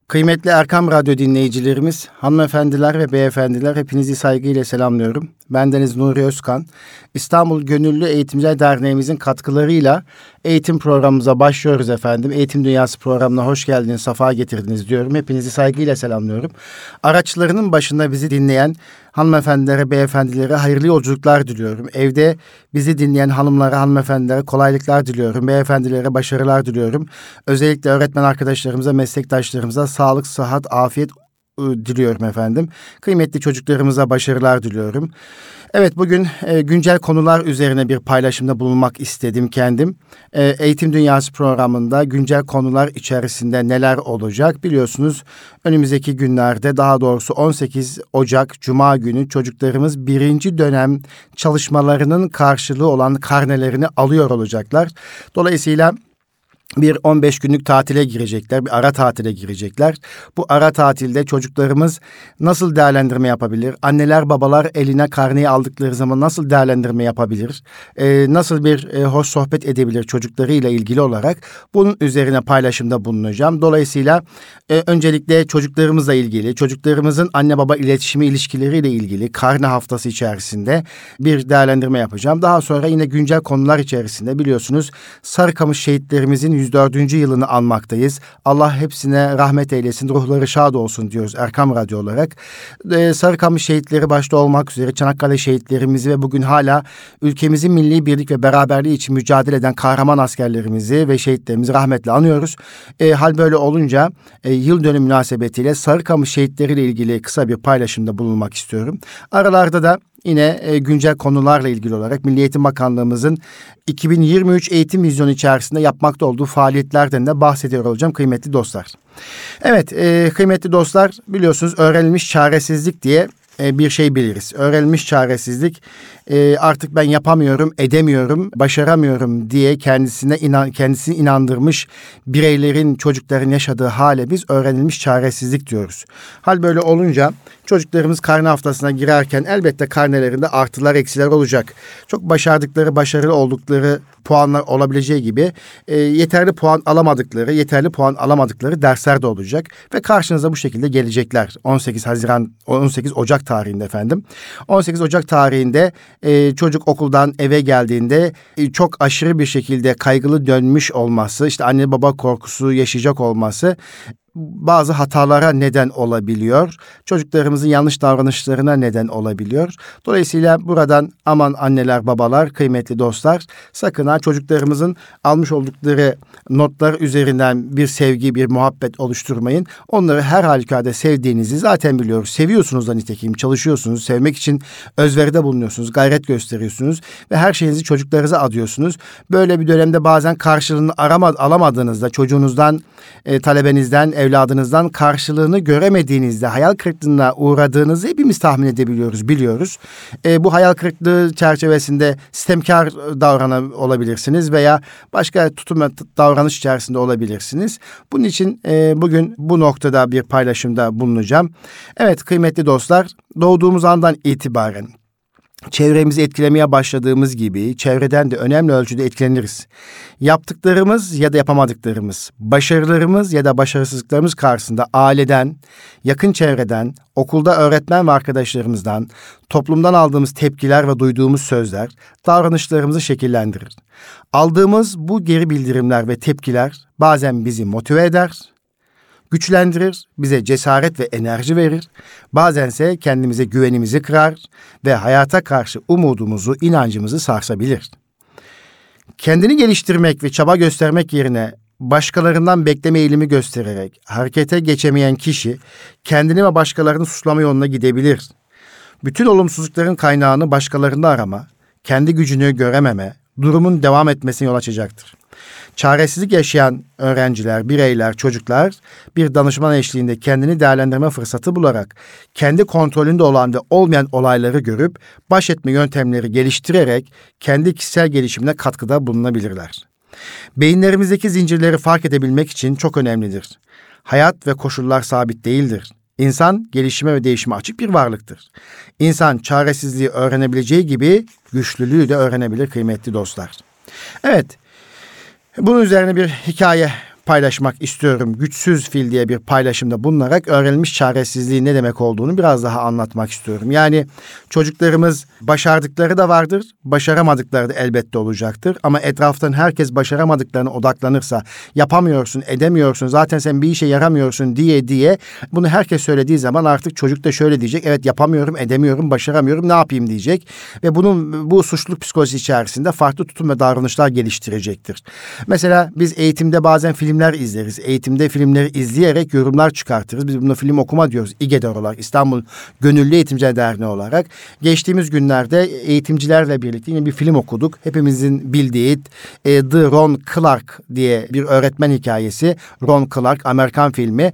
Kıymetli Erkam Radyo dinleyicilerimiz, hanımefendiler ve beyefendiler, hepinizi saygıyla selamlıyorum. Bendeniz Nuri Özkan. İstanbul Gönüllü Eğitimciler Derneğimizin katkılarıyla eğitim programımıza başlıyoruz efendim. Eğitim Dünyası programına hoş geldiniz, safa getirdiniz diyorum. Hepinizi saygıyla selamlıyorum. Araçlarının başında bizi dinleyen hanımefendilere, beyefendilere hayırlı yolculuklar diliyorum. Evde bizi dinleyen hanımlara, hanımefendilere kolaylıklar diliyorum. Beyefendilere başarılar diliyorum. Özellikle öğretmen arkadaşlarımıza, meslektaşlarımıza sağlık, sıhhat, afiyet diliyorum efendim. Kıymetli çocuklarımıza başarılar diliyorum. Evet, bugün güncel konular üzerine bir paylaşımda bulunmak istedim kendim. Eğitim Dünyası programında güncel konular içerisinde neler olacak biliyorsunuz. Önümüzdeki günlerde, daha doğrusu 18 Ocak Cuma günü çocuklarımız birinci dönem çalışmalarının karşılığı olan karnelerini alıyor olacaklar. Dolayısıyla bir 15 günlük tatile girecekler, bir ara tatile girecekler. Bu ara tatilde çocuklarımız nasıl değerlendirme yapabilir? Anneler, babalar eline karneyi aldıkları zaman nasıl değerlendirme yapabilir? Nasıl bir hoş sohbet edebilir çocuklarıyla ilgili olarak? Bunun üzerine paylaşımda bulunacağım. Dolayısıyla öncelikle çocuklarımızla ilgili, çocuklarımızın anne baba iletişimi ilişkileriyle ilgili karne haftası içerisinde bir değerlendirme yapacağım. Daha sonra yine güncel konular içerisinde biliyorsunuz Sarıkamış şehitlerimizin 104. yılını anmaktayız. Allah hepsine rahmet eylesin, ruhları şad olsun diyoruz Erkam Radyo olarak. Sarıkamış şehitleri başta olmak üzere Çanakkale şehitlerimizi ve bugün hala ülkemizin milli birlik ve beraberliği için mücadele eden kahraman askerlerimizi ve şehitlerimizi rahmetle anıyoruz. Hal böyle olunca yıl dönümü münasebetiyle Sarıkamış şehitleriyle ilgili kısa bir paylaşımda bulunmak istiyorum. Aralarda da yine güncel konularla ilgili olarak Milli Eğitim Bakanlığımızın 2023 eğitim vizyonu içerisinde yapmakta olduğu faaliyetlerden de bahsediyor olacağım kıymetli dostlar. Evet, kıymetli dostlar, biliyorsunuz öğrenilmiş çaresizlik diye bir şey biliriz. Öğrenilmiş çaresizlik artık ben yapamıyorum, edemiyorum, başaramıyorum diye kendisini inandırmış bireylerin, çocukların yaşadığı hale biz öğrenilmiş çaresizlik diyoruz. Hal böyle olunca çocuklarımız karne haftasına girerken elbette karnelerinde artılar, eksiler olacak. Çok başardıkları, başarılı oldukları puanlar olabileceği gibi yeterli puan alamadıkları dersler de olacak ve karşınıza bu şekilde gelecekler. 18 Ocak tarihinde efendim. 18 Ocak tarihinde çocuk okuldan eve geldiğinde çok aşırı bir şekilde kaygılı dönmüş olması, işte anne baba korkusu yaşayacak olması bazı hatalara neden olabiliyor. Çocuklarımızın yanlış davranışlarına neden olabiliyor. Dolayısıyla buradan aman anneler, babalar, kıymetli dostlar, sakın ha çocuklarımızın almış oldukları notlar üzerinden bir sevgi, bir muhabbet oluşturmayın. Onları her halükarda sevdiğinizi zaten biliyoruz. Seviyorsunuz da nitekim, çalışıyorsunuz. Sevmek için özveride bulunuyorsunuz, gayret gösteriyorsunuz ve her şeyinizi çocuklarınıza adıyorsunuz. Böyle bir dönemde bazen karşılığını alamadığınızda, çocuğunuzdan, talebenizden, evladınızdan karşılığını göremediğinizde hayal kırıklığına uğradığınızı hepimiz tahmin edebiliyoruz, biliyoruz. Bu hayal kırıklığı çerçevesinde sistemkar olabilirsiniz veya başka tutum davranış içerisinde olabilirsiniz. Bunun için bugün bu noktada bir paylaşımda bulunacağım. Evet kıymetli dostlar, doğduğumuz andan itibaren çevremizi etkilemeye başladığımız gibi çevreden de önemli ölçüde etkileniriz. Yaptıklarımız ya da yapamadıklarımız, başarılarımız ya da başarısızlıklarımız karşısında aileden, yakın çevreden, okulda öğretmen ve arkadaşlarımızdan, toplumdan aldığımız tepkiler ve duyduğumuz sözler davranışlarımızı şekillendirir. Aldığımız bu geri bildirimler ve tepkiler bazen bizi motive eder, güçlendirir, bize cesaret ve enerji verir. Bazense kendimize güvenimizi kırar ve hayata karşı umudumuzu, inancımızı sarsabilir. Kendini geliştirmek ve çaba göstermek yerine başkalarından bekleme eğilimi göstererek harekete geçemeyen kişi kendini ve başkalarını suçlama yoluna gidebilir. Bütün olumsuzlukların kaynağını başkalarında arama, kendi gücünü görememe, durumun devam etmesine yol açacaktır. Çaresizlik yaşayan öğrenciler, bireyler, çocuklar bir danışman eşliğinde kendini değerlendirme fırsatı bularak kendi kontrolünde olan ve olmayan olayları görüp baş etme yöntemleri geliştirerek kendi kişisel gelişimine katkıda bulunabilirler. Beyinlerimizdeki zincirleri fark edebilmek için çok önemlidir. Hayat ve koşullar sabit değildir. İnsan gelişime ve değişime açık bir varlıktır. İnsan çaresizliği öğrenebileceği gibi güçlülüğü de öğrenebilir kıymetli dostlar. Evet, bunun üzerine bir hikaye paylaşmak istiyorum. Güçsüz fil diye bir paylaşımda bulunarak öğrenilmiş çaresizliğin ne demek olduğunu biraz daha anlatmak istiyorum. Yani çocuklarımız başardıkları da vardır, başaramadıkları da elbette olacaktır. Ama etraftan herkes başaramadıklarına odaklanırsa, yapamıyorsun, edemiyorsun, zaten sen bir işe yaramıyorsun diye bunu herkes söylediği zaman artık çocuk da şöyle diyecek: evet, yapamıyorum, edemiyorum, başaramıyorum, ne yapayım diyecek. Ve bu suçluluk psikolojisi içerisinde farklı tutum ve davranışlar geliştirecektir. Mesela biz eğitimde bazen filmler izleriz. Eğitimde filmleri izleyerek yorumlar çıkartırız. Biz buna film okuma diyoruz. İGEDER olarak, İstanbul Gönüllü Eğitimciler Derneği olarak. Geçtiğimiz günlerde eğitimcilerle birlikte yine bir film okuduk. Hepimizin bildiği The Ron Clark diye bir öğretmen hikayesi. Ron Clark, Amerikan filmi.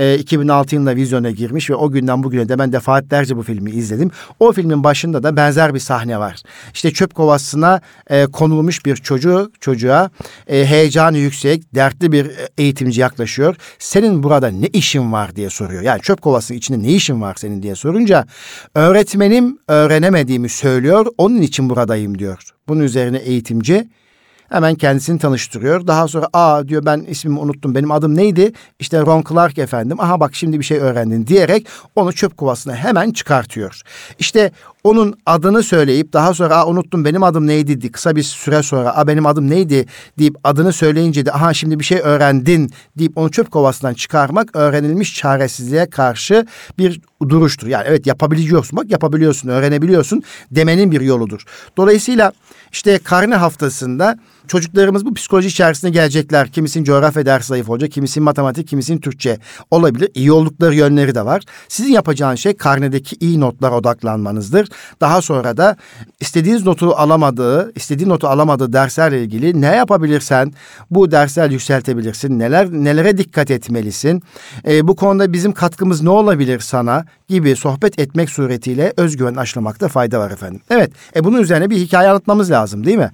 2006 yılında vizyona girmiş ve o günden bugüne de ben defaatlerce bu filmi izledim. O filmin başında da benzer bir sahne var. İşte çöp kovasına konulmuş bir çocuğa heyecanı yüksek, dertli bir eğitimci yaklaşıyor. Senin burada ne işin var diye soruyor. Yani çöp kovasının içinde ne işin var senin diye sorunca, öğretmenim öğrenemediğimi söylüyor, onun için buradayım diyor. Bunun üzerine eğitimci hemen kendisini tanıştırıyor. Daha sonra diyor, ben ismimi unuttum, benim adım neydi? İşte Ron Clark efendim. Aha bak, şimdi bir şey öğrendin diyerek onu çöp kovasına hemen çıkartıyor. İşte onun adını söyleyip daha sonra unuttum, benim adım neydi diye kısa bir süre sonra benim adım neydi deyip adını söyleyince de aha şimdi bir şey öğrendin deyip onu çöp kovasından çıkarmak öğrenilmiş çaresizliğe karşı bir duruştur. Yani evet, yapabiliyorsun, bak yapabiliyorsun, öğrenebiliyorsun demenin bir yoludur. Dolayısıyla işte karne haftasında çocuklarımız bu psikoloji içerisinde gelecekler. Kimisinin coğrafya dersi zayıf olacak, kimisinin matematik, kimisinin Türkçe olabilir. İyi oldukları yönleri de var. Sizin yapacağınız şey karnedeki iyi notlara odaklanmanızdır. Daha sonra da istediğin notu alamadığı derslerle ilgili ne yapabilirsen bu dersler yükseltebilirsin. Nelere dikkat etmelisin? Bu konuda bizim katkımız ne olabilir sana gibi sohbet etmek suretiyle özgüven aşılamakta fayda var efendim. Evet, bunun üzerine bir hikaye anlatmamız lazım, değil mi?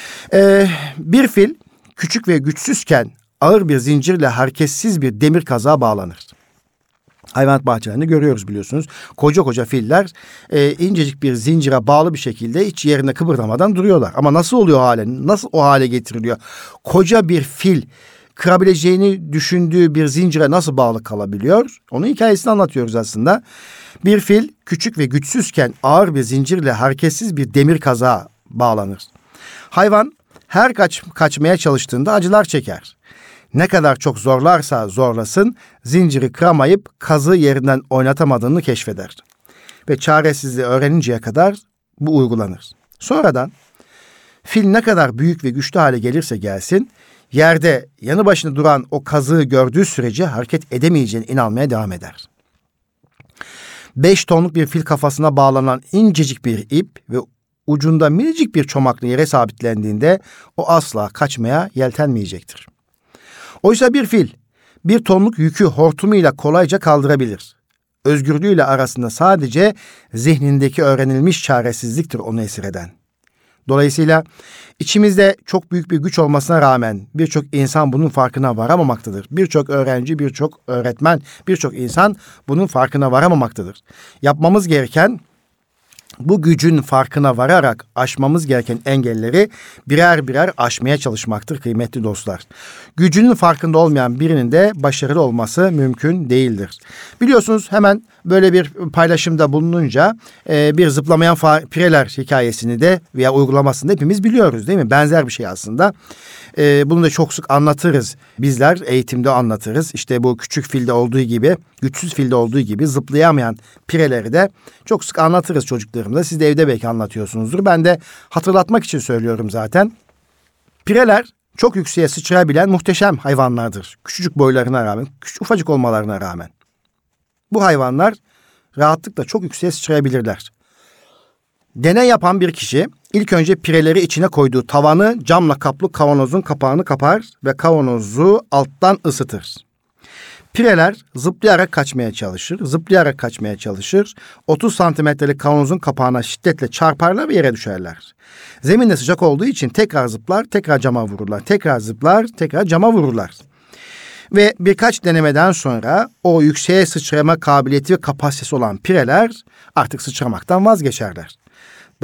Bir fil küçük ve güçsüzken ağır bir zincirle hareketsiz bir demir kazığa bağlanır. Hayvanat bahçelerinde görüyoruz, biliyorsunuz. Koca koca filler incecik bir zincire bağlı bir şekilde hiç yerine kıpırdamadan duruyorlar. Ama nasıl oluyor nasıl o hale getiriliyor? Koca bir fil kırabileceğini düşündüğü bir zincire nasıl bağlı kalabiliyor? Onun hikayesini anlatıyoruz aslında. Bir fil küçük ve güçsüzken ağır bir zincirle hareketsiz bir demir kazığa bağlanır. Hayvan her kaçmaya çalıştığında acılar çeker. Ne kadar çok zorlarsa zorlasın, zinciri kıramayıp kazığı yerinden oynatamadığını keşfeder. Ve çaresizliği öğreninceye kadar bu uygulanır. Sonradan fil ne kadar büyük ve güçlü hale gelirse gelsin, yerde yanı başında duran o kazığı gördüğü sürece hareket edemeyeceğine inanmaya devam eder. 5 tonluk bir fil kafasına bağlanan incecik bir ip ve ucunda minicik bir çomakla yere sabitlendiğinde o asla kaçmaya yeltenmeyecektir. Oysa bir fil 1 tonluk yükü hortumuyla kolayca kaldırabilir. Özgürlüğüyle arasında sadece zihnindeki öğrenilmiş çaresizliktir onu esir eden. Dolayısıyla içimizde çok büyük bir güç olmasına rağmen birçok insan bunun farkına varamamaktadır. Birçok öğrenci, birçok öğretmen, birçok insan bunun farkına varamamaktadır. Yapmamız gereken, bu gücün farkına vararak aşmamız gereken engelleri birer birer aşmaya çalışmaktır kıymetli dostlar. Gücünün farkında olmayan birinin de başarılı olması mümkün değildir. Biliyorsunuz, hemen böyle bir paylaşımda bulununca bir zıplamayan pireler hikayesini de veya uygulamasını da hepimiz biliyoruz, değil mi? Benzer bir şey aslında. Bunu da çok sık anlatırız. Bizler eğitimde anlatırız. İşte bu küçük filde olduğu gibi, güçsüz filde olduğu gibi zıplayamayan pireleri de çok sık anlatırız çocuklarımıza. Siz de evde belki anlatıyorsunuzdur. Ben de hatırlatmak için söylüyorum zaten. Pireler çok yükseğe sıçrayabilen muhteşem hayvanlardır. Küçücük boylarına rağmen, ufacık olmalarına rağmen. Bu hayvanlar rahatlıkla çok yükseğe sıçrayabilirler. Deney yapan bir kişi ilk önce pireleri içine koyduğu tavanı camla kaplı kavanozun kapağını kapar ve kavanozu alttan ısıtır. Pireler zıplayarak kaçmaya çalışır. 30 santimetrelik kavanozun kapağına şiddetle çarparlar ve yere düşerler. Zeminde sıcak olduğu için tekrar zıplar, tekrar cama vururlar. Tekrar zıplar, tekrar cama vururlar. Ve birkaç denemeden sonra o yükseğe sıçrama kabiliyeti ve kapasitesi olan pireler artık sıçramaktan vazgeçerler.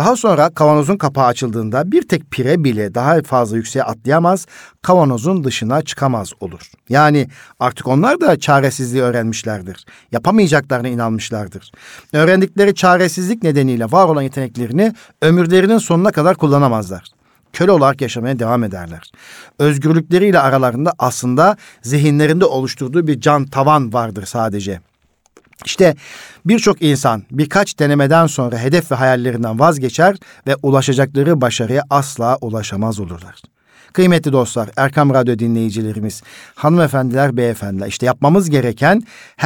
Daha sonra kavanozun kapağı açıldığında bir tek pire bile daha fazla yükseğe atlayamaz, kavanozun dışına çıkamaz olur. Yani artık onlar da çaresizliği öğrenmişlerdir. Yapamayacaklarına inanmışlardır. Öğrendikleri çaresizlik nedeniyle var olan yeteneklerini ömürlerinin sonuna kadar kullanamazlar. Köle olarak yaşamaya devam ederler. Özgürlükleriyle aralarında aslında zihinlerinde oluşturduğu bir can tavan vardır sadece. İşte birçok insan birkaç denemeden sonra hedef ve hayallerinden vazgeçer ve ulaşacakları başarıya asla ulaşamaz olurlar. Kıymetli dostlar, Erkam Radyo dinleyicilerimiz, hanımefendiler, beyefendiler, işte yapmamız gereken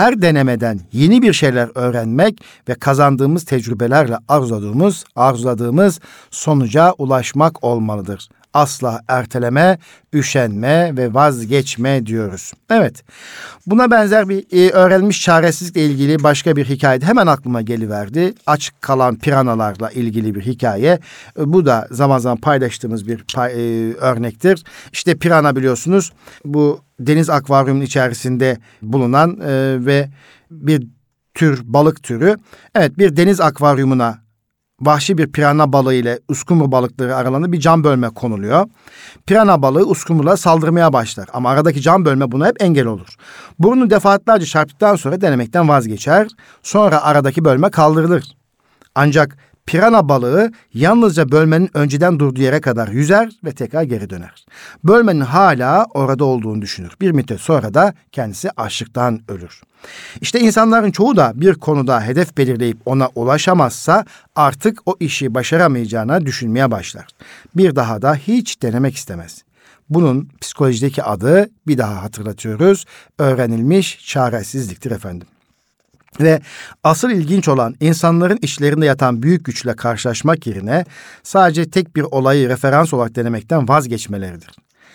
her yeni bir şeyler öğrenmek ve kazandığımız tecrübelerle arzuladığımız sonuca ulaşmak olmalıdır. Asla erteleme, üşenme ve vazgeçme diyoruz. Evet, buna benzer bir öğrenilmiş çaresizlikle ilgili başka bir hikaye de hemen aklıma geliverdi. Aç kalan piranalarla ilgili bir hikaye. Bu da zaman zaman paylaştığımız bir örnektir. İşte pirana biliyorsunuz bu deniz akvaryumunun içerisinde bulunan ve bir tür balık türü. Evet, bir deniz akvaryumuna vahşi bir pirana balığı ile uskumru balıkları aralarında bir cam bölme konuluyor. Pirana balığı uskumrulara saldırmaya başlar ama aradaki cam bölme buna hep engel olur. Burnunu defaatlerce çarptıktan sonra denemekten vazgeçer. Sonra aradaki bölme kaldırılır. Ancak pirana balığı yalnızca bölmenin önceden durduğu yere kadar yüzer ve tekrar geri döner. Bölmenin hala orada olduğunu düşünür. Bir müddet sonra da kendisi açlıktan ölür. İşte insanların çoğu da bir konuda hedef belirleyip ona ulaşamazsa artık o işi başaramayacağını düşünmeye başlar. Bir daha da hiç denemek istemez. Bunun psikolojideki adı, bir daha hatırlatıyoruz, öğrenilmiş çaresizliktir efendim. Ve asıl ilginç olan insanların içlerinde yatan büyük güçle karşılaşmak yerine sadece tek bir olayı referans olarak denemekten vazgeçmeleridir.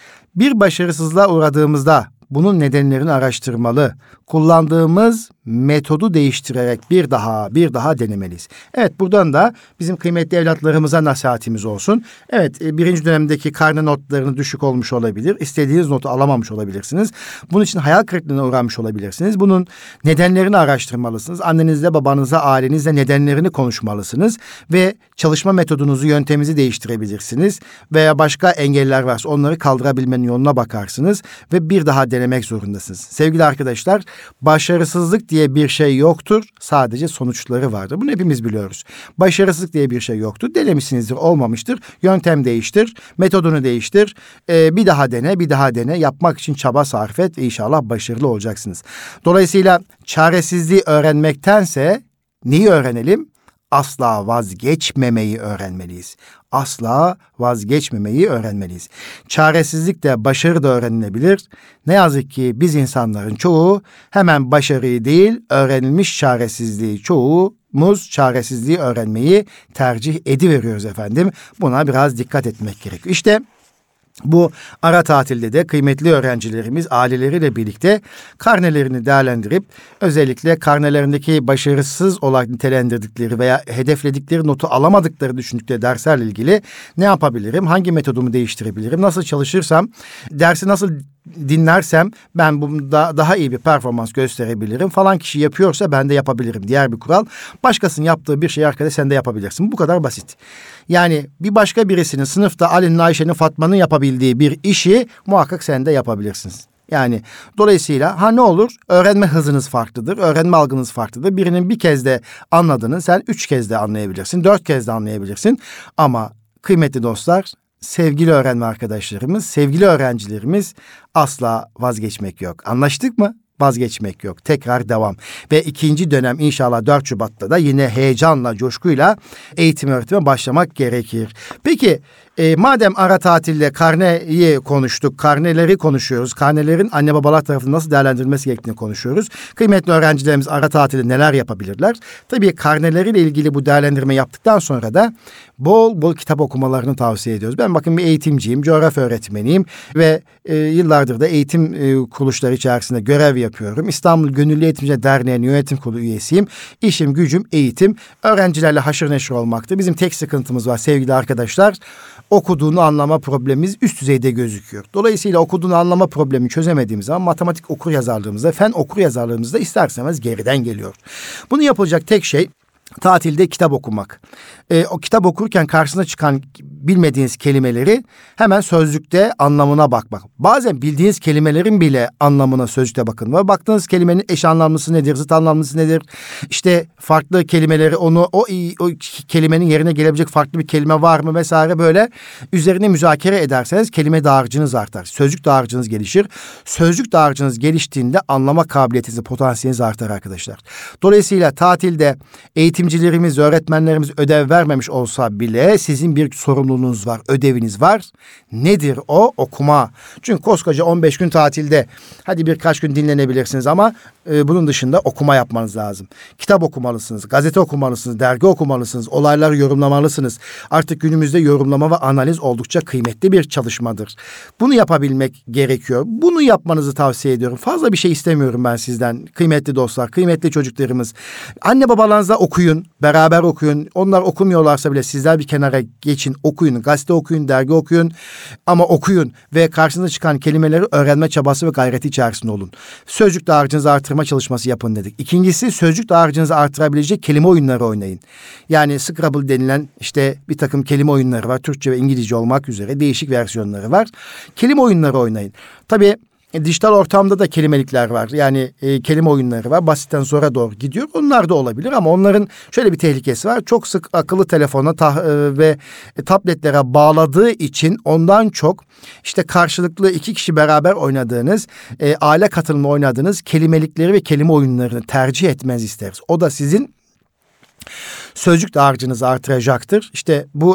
Bir başarısızlığa uğradığımızda bunun nedenlerini araştırmalı, kullandığımız metodu değiştirerek bir daha denemeliyiz. Evet, buradan da bizim kıymetli evlatlarımıza nasihatimiz olsun. Evet, birinci dönemdeki karne notlarını düşük olmuş olabilir. İstediğiniz notu alamamış olabilirsiniz. Bunun için hayal kırıklığına uğramış olabilirsiniz. Bunun nedenlerini araştırmalısınız. Annenizle, babanızla, ailenizle nedenlerini konuşmalısınız. Ve çalışma metodunuzu, yönteminizi değiştirebilirsiniz. Veya başka engeller varsa onları kaldırabilmenin yoluna bakarsınız. Ve bir daha denemek zorundasınız. Sevgili arkadaşlar, başarısızlık diye bir şey yoktur. Sadece sonuçları vardır. Bunu hepimiz biliyoruz. Başarısızlık diye bir şey yoktur. Denemişsinizdir, olmamıştır. Yöntem değiştir, metodunu değiştir. Bir daha dene. Yapmak için çaba sarf et ve inşallah başarılı olacaksınız. Dolayısıyla çaresizliği öğrenmektense neyi öğrenelim? Asla vazgeçmemeyi öğrenmeliyiz. Asla vazgeçmemeyi öğrenmeliyiz. Çaresizlik de başarı da öğrenilebilir. Ne yazık ki biz insanların çoğu hemen başarıyı değil, öğrenilmiş çoğumuz çaresizliği öğrenmeyi tercih ediveriyoruz efendim. Buna biraz dikkat etmek gerekiyor. İşte bu ara tatilde de kıymetli öğrencilerimiz aileleriyle birlikte karnelerini değerlendirip özellikle karnelerindeki başarısız olarak nitelendirdikleri veya hedefledikleri notu alamadıkları düşündükleri derslerle ilgili ne yapabilirim? Hangi metodumu değiştirebilirim? Nasıl çalışırsam, dersi nasıl dinlersem ben bunda daha iyi bir performans gösterebilirim. Falan kişi yapıyorsa ben de yapabilirim. Diğer bir kural. Başkasının yaptığı bir şeyi arkadaş sen de yapabilirsin. Bu kadar basit. Yani bir başka birisinin sınıfta Ali'nin, Ayşe'nin, Fatma'nın yapabildiği bir işi muhakkak sen de yapabilirsiniz. Yani dolayısıyla ne olur? Öğrenme hızınız farklıdır. Öğrenme algınız farklıdır. Birinin bir kez de anladığını sen 3 kez de anlayabilirsin. 4 kez de anlayabilirsin. Ama kıymetli dostlar, sevgili öğrenme arkadaşlarımız, sevgili öğrencilerimiz, asla vazgeçmek yok. Anlaştık mı? Vazgeçmek yok. Tekrar devam. Ve ikinci dönem inşallah 4 Şubat'ta da yine heyecanla, coşkuyla eğitim öğretime başlamak gerekir. Peki madem ara tatilde karneyi konuştuk, karneleri konuşuyoruz, karnelerin anne babalar tarafından nasıl değerlendirilmesi gerektiğini konuşuyoruz. Kıymetli öğrencilerimiz ara tatilde neler yapabilirler? Tabii karneleriyle ilgili bu değerlendirme yaptıktan sonra da bol bol kitap okumalarını tavsiye ediyoruz. Ben bakın bir eğitimciyim, coğrafya öğretmeniyim ve yıllardır da eğitim kuruluşları içerisinde görev yapıyorum. İstanbul Gönüllü Eğitimciler Derneği'nin yönetim kurulu üyesiyim. İşim, gücüm eğitim. Öğrencilerle haşır neşir olmaktı. Bizim tek sıkıntımız var sevgili arkadaşlar. Okuduğunu anlama problemimiz üst düzeyde gözüküyor. Dolayısıyla okuduğunu anlama problemi çözemediğimiz zaman matematik okur yazarlığımızda, fen okur yazarlığımızda ister istemez geriden geliyor. Bunu yapılacak tek şey Tatilde kitap okumak. O kitap okurken karşısına çıkan bilmediğiniz kelimeleri hemen sözlükte anlamına bakmak. Bazen bildiğiniz kelimelerin bile anlamına sözlükte bakın. Ve baktığınız kelimenin eş anlamlısı nedir, zıt anlamlısı nedir? İşte farklı kelimeleri o kelimenin yerine gelebilecek farklı bir kelime var mı vesaire, böyle üzerine müzakere ederseniz kelime dağarcığınız artar. Sözcük dağarcığınız gelişir. Sözcük dağarcığınız geliştiğinde anlama kabiliyetiniz, potansiyeliniz artar arkadaşlar. Dolayısıyla tatilde eğitimcilerimiz, öğretmenlerimiz ödev vermemiş olsa bile sizin bir sorumluluğunuz var, ödeviniz var. Nedir o? Okuma. Çünkü koskoca 15 gün tatilde hadi birkaç gün dinlenebilirsiniz ama bunun dışında okuma yapmanız lazım. Kitap okumalısınız, gazete okumalısınız, dergi okumalısınız, olayları yorumlamalısınız. Artık günümüzde yorumlama ve analiz oldukça kıymetli bir çalışmadır. Bunu yapabilmek gerekiyor. Bunu yapmanızı tavsiye ediyorum. Fazla bir şey istemiyorum ben sizden kıymetli dostlar, kıymetli çocuklarımız. Anne babalarınızla okuyun, beraber okuyun. Onlar okumuyorlarsa bile sizler bir kenara geçin, okuyun. Gazete okuyun, dergi okuyun ama okuyun ve karşınıza çıkan kelimeleri öğrenme çabası ve gayreti içerisinde olun. Sözcük dağarcığınızı artırma çalışması yapın dedik. İkincisi, sözcük dağarcığınızı artırabilecek kelime oyunları oynayın. Yani Scrabble denilen işte bir takım kelime oyunları var. Türkçe ve İngilizce olmak üzere değişik versiyonları var. Kelime oyunları oynayın. Tabii dijital ortamda da kelimelikler var. Yani kelime oyunları var. Basitten zora doğru gidiyor. Onlar da olabilir ama onların şöyle bir tehlikesi var. Çok sık akıllı telefona ve tabletlere bağladığı için ondan çok işte karşılıklı iki kişi beraber oynadığınız, aile katılımı oynadığınız kelimelikleri ve kelime oyunlarını tercih etmez isteriz. O da sizin sözcük dağarcığınızı artıracaktır. İşte bu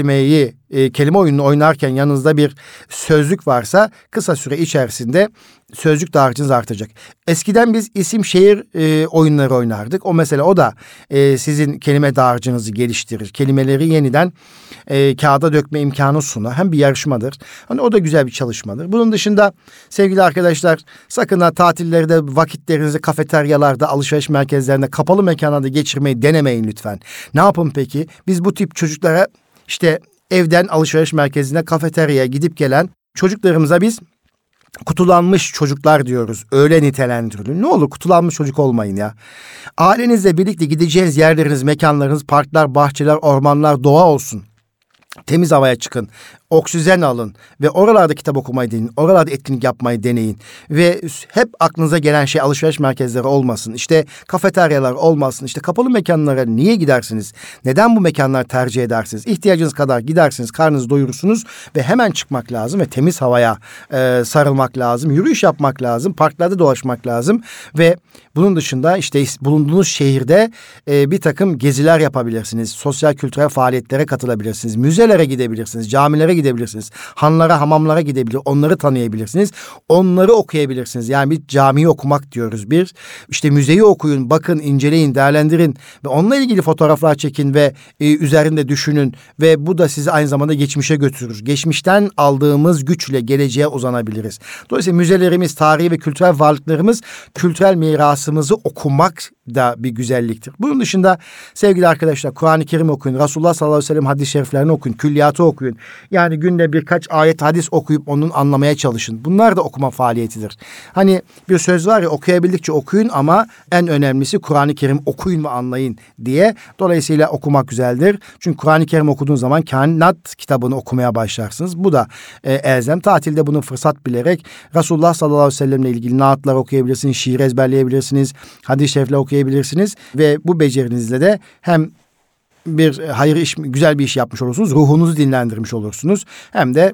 kelime oyununu oynarken yanınızda bir sözlük varsa kısa süre içerisinde sözcük dağarcığınız artacak. Eskiden biz isim şehir oyunları oynardık. O mesela o da sizin kelime dağarcığınızı geliştirir. Kelimeleri yeniden kağıda dökme imkanı sunar. Hem bir yarışmadır. Hani o da güzel bir çalışmadır. Bunun dışında sevgili arkadaşlar, sakın ha tatillerde vakitlerinizi kafeteryalarda, alışveriş merkezlerinde, kapalı mekanlarda geçirmeyi denemeyin lütfen. Ne yapın peki? Biz bu tip çocuklara işte evden alışveriş merkezine, kafeteryaya gidip gelen çocuklarımıza biz kutulanmış çocuklar diyoruz. Öyle nitelendirilir. Ne olur kutulanmış çocuk olmayın ya. Ailenizle birlikte gideceğiniz yerleriniz, mekanlarınız, parklar, bahçeler, ormanlar, doğa olsun. Temiz havaya çıkın, oksijen alın ve oralarda kitap okumayı deneyin, oralarda etkinlik yapmayı deneyin. Ve hep aklınıza gelen şey alışveriş merkezleri olmasın, işte kafeteryalar olmasın, işte kapalı mekanlara niye gidersiniz? Neden bu mekanlar tercih edersiniz? İhtiyacınız kadar gidersiniz, karnınızı doyurursunuz ve hemen çıkmak lazım ve temiz havaya sarılmak lazım, yürüyüş yapmak lazım, parklarda dolaşmak lazım ve bunun dışında işte bulunduğunuz şehirde bir takım geziler yapabilirsiniz, sosyal kültürel faaliyetlere katılabilirsiniz, müzelere gidebilirsiniz, camilere gidebilirsiniz, hanlara, hamamlara gidebilir, onları tanıyabilirsiniz, onları okuyabilirsiniz. Yani bir camiyi okumak diyoruz. Bir işte müzeyi okuyun, bakın, inceleyin, değerlendirin ve onunla ilgili fotoğraflar çekin ve üzerinde düşünün ve bu da sizi aynı zamanda geçmişe götürür. Geçmişten aldığımız güçle geleceğe uzanabiliriz. Dolayısıyla müzelerimiz, tarihi ve kültürel varlıklarımız, kültürel mirasımızı okumak da bir güzelliktir. Bunun dışında sevgili arkadaşlar, Kur'an-ı Kerim okuyun, Resulullah sallallahu aleyhi ve sellem hadis-i şeriflerini okuyun, külliyatı okuyun. Yani günde birkaç ayet hadis okuyup onun anlamaya çalışın. Bunlar da okuma faaliyetidir. Hani bir söz var ya, okuyabildikçe okuyun ama en önemlisi Kur'an-ı Kerim okuyun ve anlayın diye. Dolayısıyla okumak güzeldir. Çünkü Kur'an-ı Kerim okuduğun zaman kainat kitabını okumaya başlarsınız. Bu da elzem. Tatilde bunu fırsat bilerek Resulullah sallallahu aleyhi ve sellemle ilgili naatlar okuyabilirsiniz, şiir ezberleyebilirsiniz, hadis-i şerifler okuyabilirsiniz ve bu becerinizle de hem bir hayır iş, güzel bir iş yapmış olursunuz, ruhunuzu dinlendirmiş olursunuz, hem de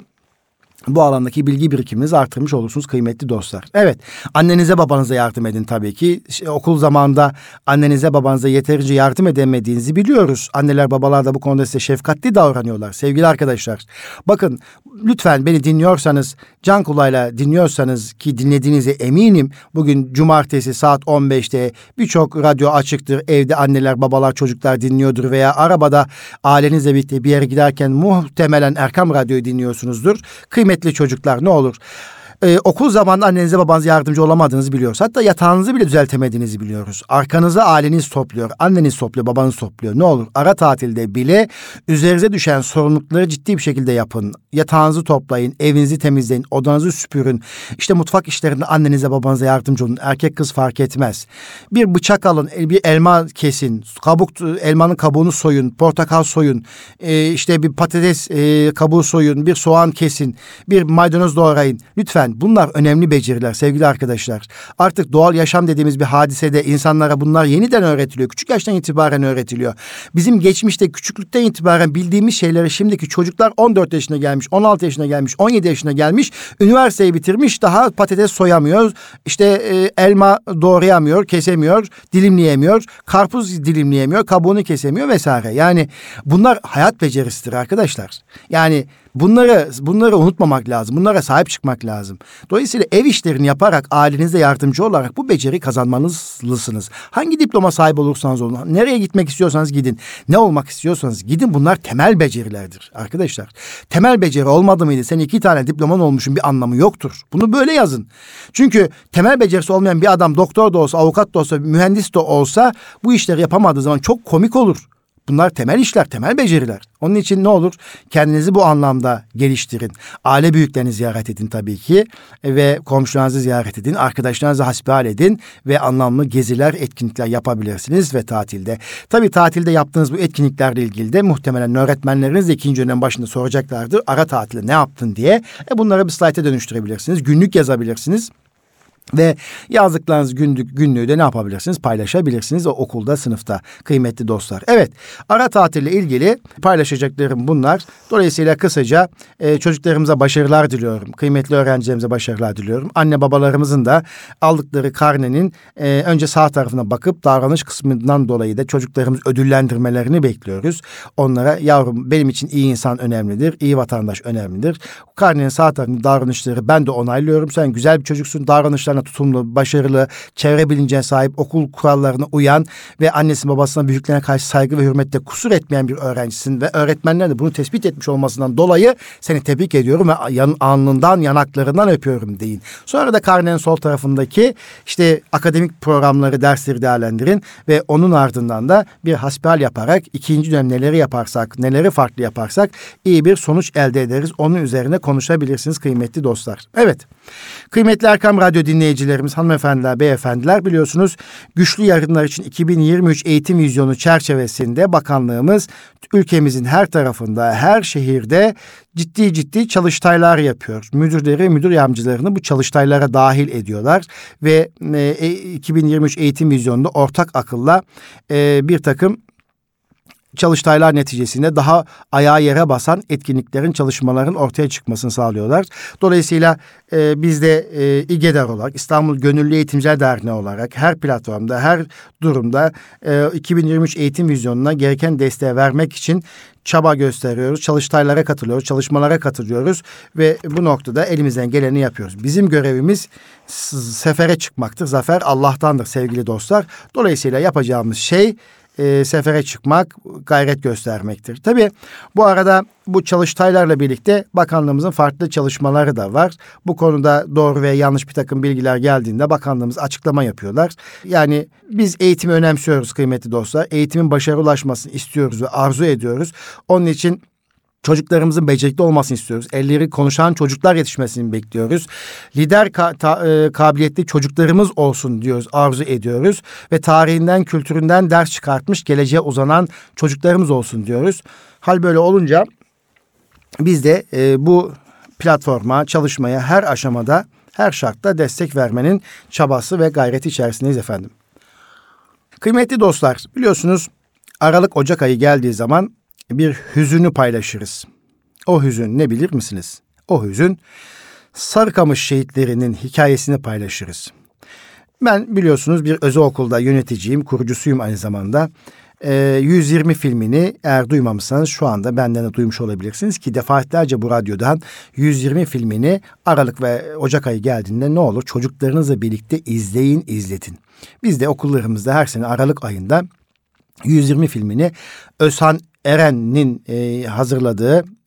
bu alandaki bilgi birikiminizi artırmış olursunuz kıymetli dostlar. Evet, annenize babanıza yardım edin tabii ki. Okul zamanında annenize babanıza yeterince yardım edemediğinizi biliyoruz. Anneler babalar da bu konuda size şefkatli davranıyorlar. Sevgili arkadaşlar, bakın lütfen beni dinliyorsanız, can kulağıyla dinliyorsanız ki dinlediğinize eminim, bugün cumartesi saat 15'te birçok radyo açıktır. Evde anneler babalar çocuklar dinliyordur veya arabada ailenizle birlikte bir yere giderken muhtemelen Erkam Radyo'yu dinliyorsunuzdur. Kıymetli çocuklar, ne olur Okul zamanında annenize babanıza yardımcı olamadığınızı biliyoruz. Hatta yatağınızı bile düzeltemediğinizi biliyoruz. Arkanıza aileniz topluyor, anneniz topluyor, babanız topluyor. Ne olur ara tatilde bile üzerinize düşen sorumlulukları ciddi bir şekilde yapın. Yatağınızı toplayın, evinizi temizleyin, odanızı süpürün. İşte mutfak işlerinde annenize babanıza yardımcı olun. Erkek kız fark etmez. Bir bıçak alın, bir elma kesin, elmanın kabuğunu soyun, portakal soyun, işte bir patates kabuğu soyun, bir soğan kesin, bir maydanoz doğrayın. Lütfen bunlar önemli beceriler sevgili arkadaşlar. Artık doğal yaşam dediğimiz bir hadisede insanlara bunlar yeniden öğretiliyor. Küçük yaştan itibaren öğretiliyor. Bizim geçmişte küçüklükten itibaren bildiğimiz şeyleri şimdiki çocuklar 14 yaşına gelmiş, 16 yaşına gelmiş, 17 yaşına gelmiş, üniversiteyi bitirmiş, daha patates soyamıyor, işte elma doğrayamıyor, kesemiyor, dilimleyemiyor, karpuz dilimleyemiyor, kabuğunu kesemiyor vesaire. Yani bunlar hayat becerisidir arkadaşlar. Yani bunları unutmamak lazım. Bunlara sahip çıkmak lazım. Dolayısıyla ev işlerini yaparak ailenize yardımcı olarak bu beceri kazanmalısınız. Hangi diploma sahip olursanız olun, nereye gitmek istiyorsanız gidin, ne olmak istiyorsanız gidin, bunlar temel becerilerdir arkadaşlar. Temel beceri olmadı mıydı sen 2 tane diploman olmuşun bir anlamı yoktur. Bunu böyle yazın. Çünkü temel becerisi olmayan bir adam doktor da olsa, avukat da olsa, mühendis de olsa bu işleri yapamadığı zaman çok komik olur. Bunlar temel işler, temel beceriler. Onun için ne olur? Kendinizi bu anlamda geliştirin. Aile büyüklerini ziyaret edin tabii ki. Ve komşularınızı ziyaret edin. Arkadaşlarınızı hasbihal edin. Ve anlamlı geziler, etkinlikler yapabilirsiniz ve tatilde. Tabii tatilde yaptığınız bu etkinliklerle ilgili de muhtemelen öğretmenleriniz de 2. dönem başında soracaklardır. Ara tatilde ne yaptın diye. Bunları bir slayta dönüştürebilirsiniz. Günlük yazabilirsiniz. Ve yazdıklarınız günlüğü de ne yapabilirsiniz? Paylaşabilirsiniz o okulda, sınıfta kıymetli dostlar. Evet, ara tatille ilgili paylaşacaklarım bunlar. Dolayısıyla kısaca çocuklarımıza başarılar diliyorum. Kıymetli öğrencilerimize başarılar diliyorum. Anne babalarımızın da aldıkları karnenin önce sağ tarafına bakıp davranış kısmından dolayı da çocuklarımız ödüllendirmelerini bekliyoruz. Onlara yavrum benim için iyi insan önemlidir, iyi vatandaş önemlidir. Karnenin sağ tarafındaki davranışları ben de onaylıyorum. Sen güzel bir çocuksun, davranışlarına tutumlu, başarılı, çevre bilincine sahip, okul kurallarına uyan ve annesine babasına büyüklerine karşı saygı ve hürmette kusur etmeyen bir öğrencisin ve öğretmenler de bunu tespit etmiş olmasından dolayı seni tebrik ediyorum ve alnından, yanaklarından öpüyorum deyin. Sonra da karnenin sol tarafındaki işte akademik programları, dersleri değerlendirin ve onun ardından da bir hasbihal yaparak 2. dönem neleri yaparsak, neleri farklı yaparsak iyi bir sonuç elde ederiz. Onun üzerine konuşabilirsiniz kıymetli dostlar. Evet, kıymetli Erkam Radyo dinleyicilerimiz, hanımefendiler, beyefendiler, biliyorsunuz güçlü yarınlar için 2023 eğitim vizyonu çerçevesinde bakanlığımız ülkemizin her tarafında, her şehirde ciddi çalıştaylar yapıyor. Müdürleri, müdür yardımcılarını bu çalıştaylara dahil ediyorlar ve 2023 eğitim vizyonunda ortak akılla bir takım çalıştaylar neticesinde daha ayağa yere basan etkinliklerin, çalışmaların ortaya çıkmasını sağlıyorlar. Dolayısıyla biz de İGEDER olarak, İstanbul Gönüllü Eğitimciler Derneği olarak her platformda, her durumda 2023 eğitim vizyonuna gereken desteği vermek için çaba gösteriyoruz. Çalıştaylara katılıyoruz, çalışmalara katılıyoruz ve bu noktada elimizden geleni yapıyoruz. Bizim görevimiz sefere çıkmaktır. Zafer Allah'tandır sevgili dostlar. Dolayısıyla yapacağımız şey sefere çıkmak, gayret göstermektir. Tabii bu arada bu çalıştaylarla birlikte bakanlığımızın farklı çalışmaları da var. Bu konuda doğru ve yanlış bir takım bilgiler geldiğinde bakanlığımız açıklama yapıyorlar. Yani biz eğitimi önemsiyoruz kıymetli dostlar. Eğitimin başarıya ulaşmasını istiyoruz ve arzu ediyoruz. Onun için çocuklarımızın becerikli olmasını istiyoruz. Elleri konuşan çocuklar yetişmesini bekliyoruz. Lider kabiliyetli çocuklarımız olsun diyoruz, arzu ediyoruz. Ve tarihinden, kültüründen ders çıkartmış, geleceğe uzanan çocuklarımız olsun diyoruz. Hal böyle olunca biz de bu platforma, çalışmaya her aşamada, her şartta destek vermenin çabası ve gayreti içerisindeyiz efendim. Kıymetli dostlar, biliyorsunuz Aralık-Ocak ayı geldiği zaman bir hüzünü paylaşırız. O hüzün ne bilir misiniz? O hüzün Sarıkamış şehitlerinin hikayesini paylaşırız. Ben biliyorsunuz bir özel okulda yöneticiyim, kurucusuyum aynı zamanda. 120 filmini eğer duymamışsanız şu anda benden de duymuş olabilirsiniz ki defaatlerce bu radyodan 120 filmini Aralık ve Ocak ayı geldiğinde ne olur çocuklarınızla birlikte izleyin, izletin. Biz de okullarımızda her sene Aralık ayında 120 filmini Özhan Eren'in hazırladığı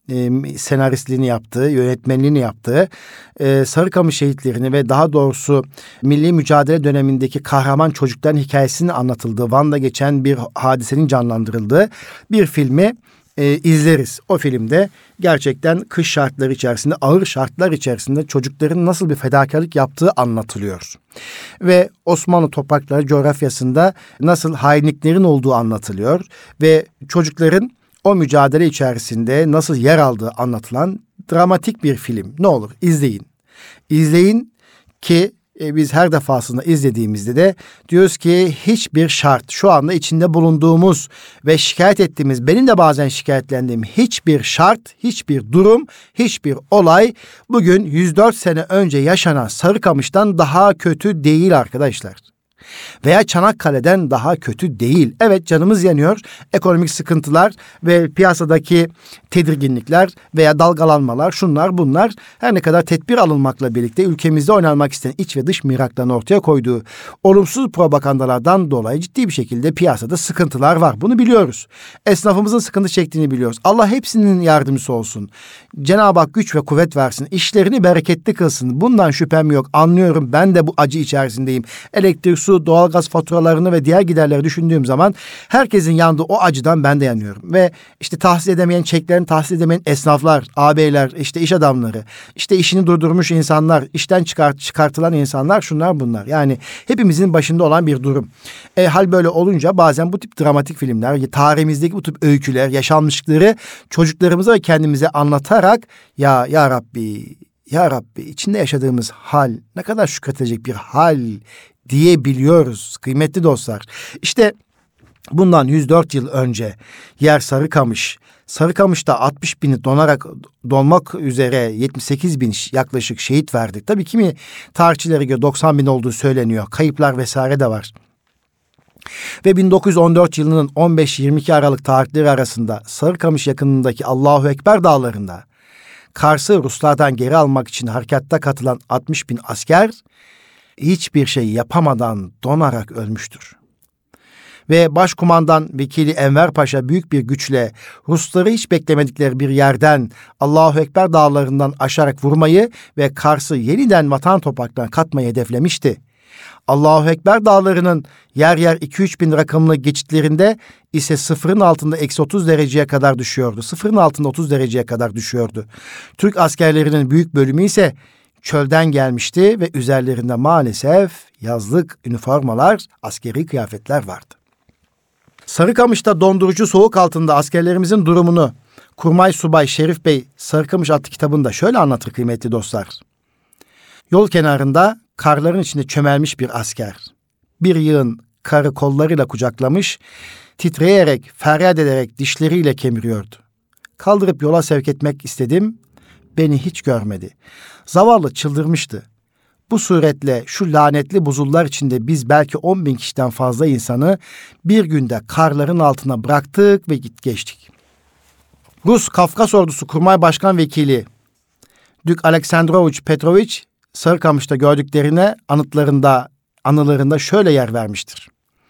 senaristliğini yaptığı, yönetmenliğini yaptığı Sarıkamış şehitlerini ve daha doğrusu milli mücadele dönemindeki kahraman çocukların hikayesinin anlatıldığı, Van'da geçen bir hadisenin canlandırıldığı bir filmi izleriz. O filmde gerçekten kış şartları içerisinde, ağır şartlar içerisinde çocukların nasıl bir fedakarlık yaptığı anlatılıyor. Ve Osmanlı toprakları coğrafyasında nasıl hainliklerin olduğu anlatılıyor ve çocukların o mücadele içerisinde nasıl yer aldığı anlatılan dramatik bir film. Ne olur izleyin. İzleyin ki biz her defasında izlediğimizde de diyoruz ki hiçbir şart, şu anda içinde bulunduğumuz ve şikayet ettiğimiz, benim de bazen şikayetlendiğim hiçbir şart, hiçbir durum, hiçbir olay bugün 104 sene önce yaşanan Sarıkamış'tan daha kötü değil arkadaşlar. Veya Çanakkale'den daha kötü değil. Evet, canımız yanıyor. Ekonomik sıkıntılar ve piyasadaki tedirginlikler veya dalgalanmalar, şunlar bunlar, her ne kadar tedbir alınmakla birlikte ülkemizde oynanmak istenen iç ve dış mihraklarını ortaya koyduğu olumsuz propagandalardan dolayı ciddi bir şekilde piyasada sıkıntılar var. Bunu biliyoruz. Esnafımızın sıkıntı çektiğini biliyoruz. Allah hepsinin yardımcısı olsun. Cenab-ı Hak güç ve kuvvet versin. İşlerini bereketli kılsın. Bundan şüphem yok. Anlıyorum. Ben de bu acı içerisindeyim. Elektrik, su, doğalgaz faturalarını ve diğer giderleri düşündüğüm zaman herkesin yandığı o acıdan ben de yanıyorum. Ve işte tahsil edemeyen, çeklerini tahsil edemeyen esnaflar, ağabeyler, işte iş adamları, işte işini durdurmuş insanlar, işten çıkartılan insanlar, şunlar bunlar. Yani hepimizin başında olan bir durum. Hal böyle olunca bazen bu tip dramatik filmler, tarihimizdeki bu tip öyküler, yaşanmışlıkları çocuklarımıza ve kendimize anlatarak ya Rabbi, ya Rabbi, içinde yaşadığımız hal ne kadar şükredilecek bir hal diyebiliyoruz kıymetli dostlar. İşte bundan 104 yıl önce yer Sarıkamış. Sarıkamış'ta 60 bini donmak üzere 78 bin yaklaşık şehit verdik. Tabii kimi tarihçilere göre 90 bin olduğu söyleniyor. Kayıplar vesaire de var. Ve 1914 yılının 15-22 Aralık tarihleri arasında Sarıkamış yakınındaki Allahu Ekber dağlarında Kars'ı Ruslardan geri almak için harekatta katılan 60 bin asker hiçbir şey yapamadan donarak ölmüştür. Ve Başkumandan Vekili Enver Paşa büyük bir güçle Rusları hiç beklemedikleri bir yerden Allahu Ekber dağlarından aşarak vurmayı ve Kars'ı yeniden vatan topraklarına katmayı hedeflemişti. Allahu Ekber dağlarının yer yer 2-3 bin rakımlı geçitlerinde ise sıfırın altında -30 dereceye kadar düşüyordu. Sıfırın altında 30 dereceye kadar düşüyordu. Türk askerlerinin büyük bölümü ise çölden gelmişti ve üzerlerinde maalesef yazlık üniformalar, askeri kıyafetler vardı. Sarıkamış'ta dondurucu soğuk altında askerlerimizin durumunu Kurmay Subay Şerif Bey Sarıkamış adlı kitabında şöyle anlatır kıymetli dostlar. Yol kenarında karların içinde çömelmiş bir asker. Bir yığın karı kollarıyla kucaklamış, titreyerek, feryat ederek dişleriyle kemiriyordu. Kaldırıp yola sevk etmek istedim, beni hiç görmedi. Zavallı çıldırmıştı. Bu suretle şu lanetli buzullar içinde biz belki 10 bin kişiden fazla insanı bir günde karların altına bıraktık ve geçtik. Rus Kafkas Ordusu Kurmay Başkan Vekili Dük Aleksandrovich Petrovich Sarıkamış'ta gördüklerine anılarında şöyle yer vermiştir.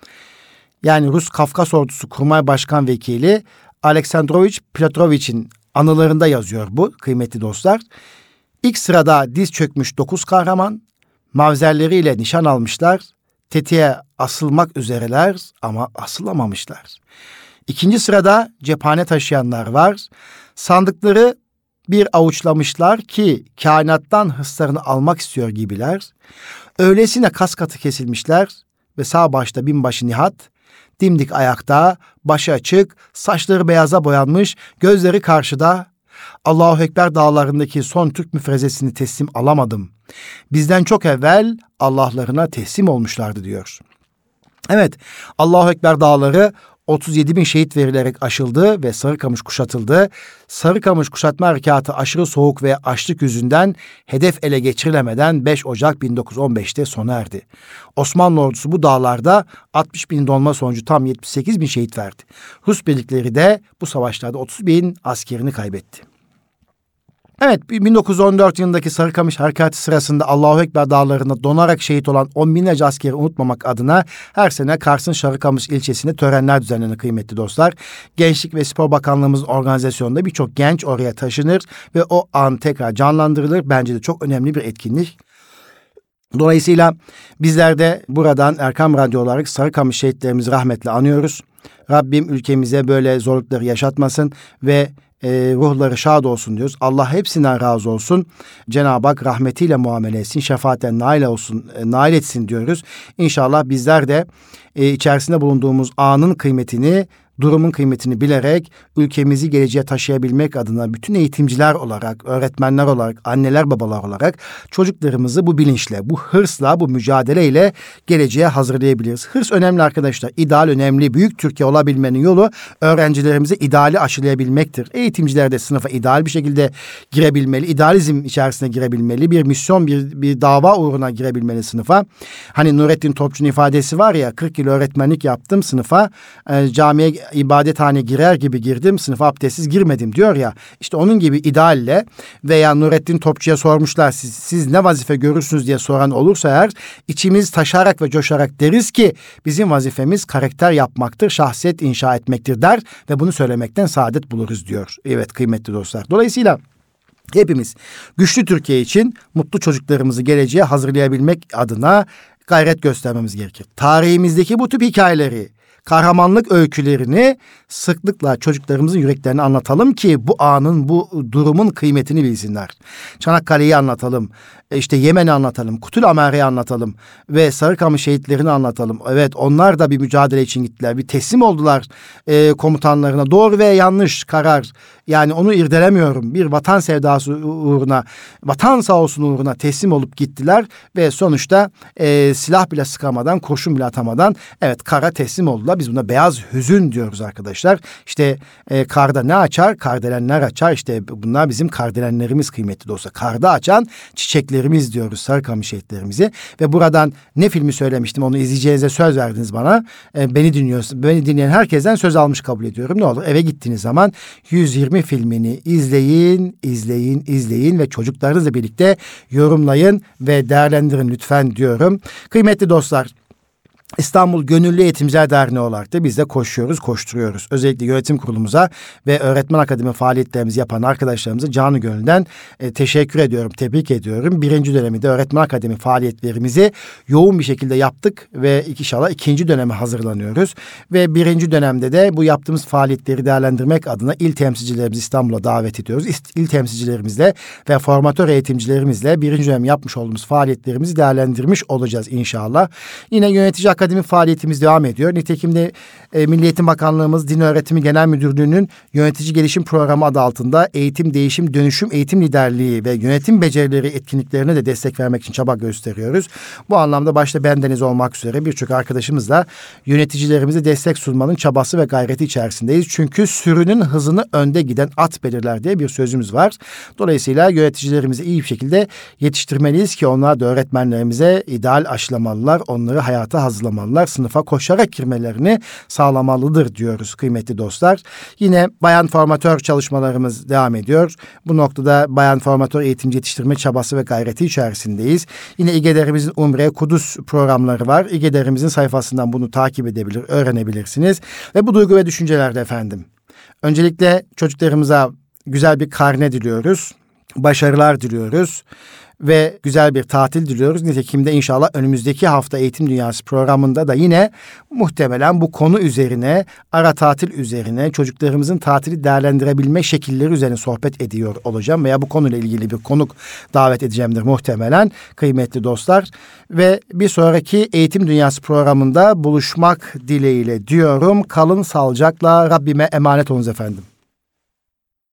Yani Rus Kafkas Ordusu Kurmay Başkan Vekili Aleksandrovich Petrovich'in anılarında yazıyor bu kıymetli dostlar. İlk sırada diz çökmüş 9 kahraman, mavzerleriyle nişan almışlar, tetiğe asılmak üzereler ama asılamamışlar. İkinci sırada cephane taşıyanlar var, sandıkları bir avuçlamışlar ki kainattan hırslarını almak istiyor gibiler. Öylesine kas katı kesilmişler ve sağ başta binbaşı Nihat, dimdik ayakta, başı açık, saçları beyaza boyanmış, gözleri karşıda. Allahu Ekber dağlarındaki son Türk müfrezesini teslim alamadım. Bizden çok evvel Allah'larına teslim olmuşlardı diyor. Evet, Allahu Ekber dağları 37 bin şehit verilerek aşıldı ve Sarıkamış kuşatıldı. Sarıkamış kuşatma harekatı aşırı soğuk ve açlık yüzünden hedef ele geçirilemeden 5 Ocak 1915'te sona erdi. Osmanlı ordusu bu dağlarda 60 bin donma sonucu tam 78 bin şehit verdi. Rus birlikleri de bu savaşlarda 30 bin askerini kaybetti. Evet, 1914 yılındaki Sarıkamış Harekatı sırasında Allahu Ekber dağlarında donarak şehit olan on binlerce askeri unutmamak adına her sene Kars'ın Sarıkamış ilçesinde törenler düzenlenir kıymetli dostlar. Gençlik ve Spor Bakanlığımızın organizasyonunda birçok genç oraya taşınır ve o an tekrar canlandırılır. Bence de çok önemli bir etkinlik. Dolayısıyla bizler de buradan Erkam Radyo olarak Sarıkamış şehitlerimizi rahmetle anıyoruz. Rabbim ülkemize böyle zorlukları yaşatmasın ve ruhları şad olsun diyoruz. Allah hepsinden razı olsun. Cenab-ı Hak rahmetiyle muamele etsin, şefaaten nail etsin diyoruz. İnşallah bizler de içerisinde bulunduğumuz anın kıymetini, durumun kıymetini bilerek ülkemizi geleceğe taşıyabilmek adına bütün eğitimciler olarak, öğretmenler olarak, anneler babalar olarak çocuklarımızı bu bilinçle, bu hırsla, bu mücadeleyle geleceğe hazırlayabiliriz. Hırs önemli arkadaşlar. İdeal önemli. Büyük Türkiye olabilmenin yolu öğrencilerimize ideali aşılayabilmektir. Eğitimciler de sınıfa ideal bir şekilde girebilmeli. İdealizm içerisine girebilmeli. Bir misyon, bir dava uğruna girebilmeli sınıfa. Hani Nurettin Topçu'nun ifadesi var ya, 40 yıl öğretmenlik yaptım sınıfa, camiye ibadethane girer gibi girdim, sınıfa abdestsiz girmedim diyor ya. İşte onun gibi idealle veya Nurettin Topçu'ya sormuşlar siz ne vazife görürsünüz diye soran olursa eğer, içimiz taşarak ve coşarak deriz ki bizim vazifemiz karakter yapmaktır, şahsiyet inşa etmektir der ve bunu söylemekten saadet buluruz diyor. Evet kıymetli dostlar. Dolayısıyla hepimiz güçlü Türkiye için mutlu çocuklarımızı geleceğe hazırlayabilmek adına gayret göstermemiz gerekir. Tarihimizdeki bu tip hikayeleri, kahramanlık öykülerini sıklıkla çocuklarımızın yüreklerine anlatalım ki bu anın, bu durumun kıymetini bilsinler. Çanakkale'yi anlatalım, işte Yemen'i anlatalım, Kutul Amare'yi anlatalım ve Sarıkamış şehitlerini anlatalım. Evet, onlar da bir mücadele için gittiler, bir teslim oldular komutanlarına. Doğru ve yanlış karar, yani onu irdelemiyorum. Bir vatan sevdası uğruna, vatan sağ olsun uğruna teslim olup gittiler ve sonuçta silah bile sıkamadan, kurşun bile atamadan evet kara teslim oldular. Biz buna beyaz hüzün diyoruz arkadaşlar. İşte karda ne açar? Kardelenler açar. İşte bunlar bizim kardelenlerimiz kıymetli dostlar. Karda açan çiçeklerimiz diyoruz Sarıkamış şehitlerimizi. Ve buradan ne filmi söylemiştim, onu izleyeceğinize söz verdiniz bana. Beni dinleyen herkesten söz almış kabul ediyorum. Ne olur eve gittiğiniz zaman 120 filmini izleyin ve çocuklarınızla birlikte yorumlayın ve değerlendirin lütfen diyorum. Kıymetli dostlar, İstanbul Gönüllü Eğitimciler Derneği olarak da biz de koşturuyoruz. Özellikle yönetim kurulumuza ve öğretmen akademi faaliyetlerimizi yapan arkadaşlarımıza canı gönülden teşekkür ediyorum, tebrik ediyorum. 1. döneminde öğretmen akademi faaliyetlerimizi yoğun bir şekilde yaptık ve inşallah 2. döneme hazırlanıyoruz. Ve 1. dönemde de bu yaptığımız faaliyetleri değerlendirmek adına il temsilcilerimizi İstanbul'a davet ediyoruz. İl temsilcilerimizle ve formatör eğitimcilerimizle 1. dönem yapmış olduğumuz faaliyetlerimizi değerlendirmiş olacağız inşallah. Yine yönetici akademi faaliyetimiz devam ediyor. Nitekim de Milli Eğitim Bakanlığımız Din Öğretimi Genel Müdürlüğü'nün Yönetici Gelişim Programı adı altında eğitim, değişim, dönüşüm, eğitim liderliği ve yönetim becerileri etkinliklerine de destek vermek için çaba gösteriyoruz. Bu anlamda başta bendeniz olmak üzere birçok arkadaşımızla yöneticilerimize destek sunmanın çabası ve gayreti içerisindeyiz. Çünkü sürünün hızını önde giden at belirler diye bir sözümüz var. Dolayısıyla yöneticilerimizi iyi bir şekilde yetiştirmeliyiz ki onlar da öğretmenlerimize ideal aşılamalılar, onları hayata hazırlamalılar, sınıfa koşarak girmelerini sağlamalıdır diyoruz kıymetli dostlar. Yine bayan formatör çalışmalarımız devam ediyor. Bu noktada bayan formatör eğitimci yetiştirme çabası ve gayreti içerisindeyiz. Yine İGEDER'imizin Umre, Kudüs programları var. İGEDER'imizin sayfasından bunu takip edebilir, öğrenebilirsiniz. Ve bu duygu ve düşüncelerde efendim. Öncelikle çocuklarımıza güzel bir karne diliyoruz. Başarılar diliyoruz. Ve güzel bir tatil diliyoruz. Nitekim de inşallah önümüzdeki hafta Eğitim Dünyası programında da yine muhtemelen bu konu üzerine, ara tatil üzerine, çocuklarımızın tatili değerlendirebilme şekilleri üzerine sohbet ediyor olacağım. Veya bu konuyla ilgili bir konuk davet edeceğimdir muhtemelen kıymetli dostlar. Ve bir sonraki Eğitim Dünyası programında buluşmak dileğiyle diyorum. Kalın sağlıcakla, Rabbime emanet olunuz efendim.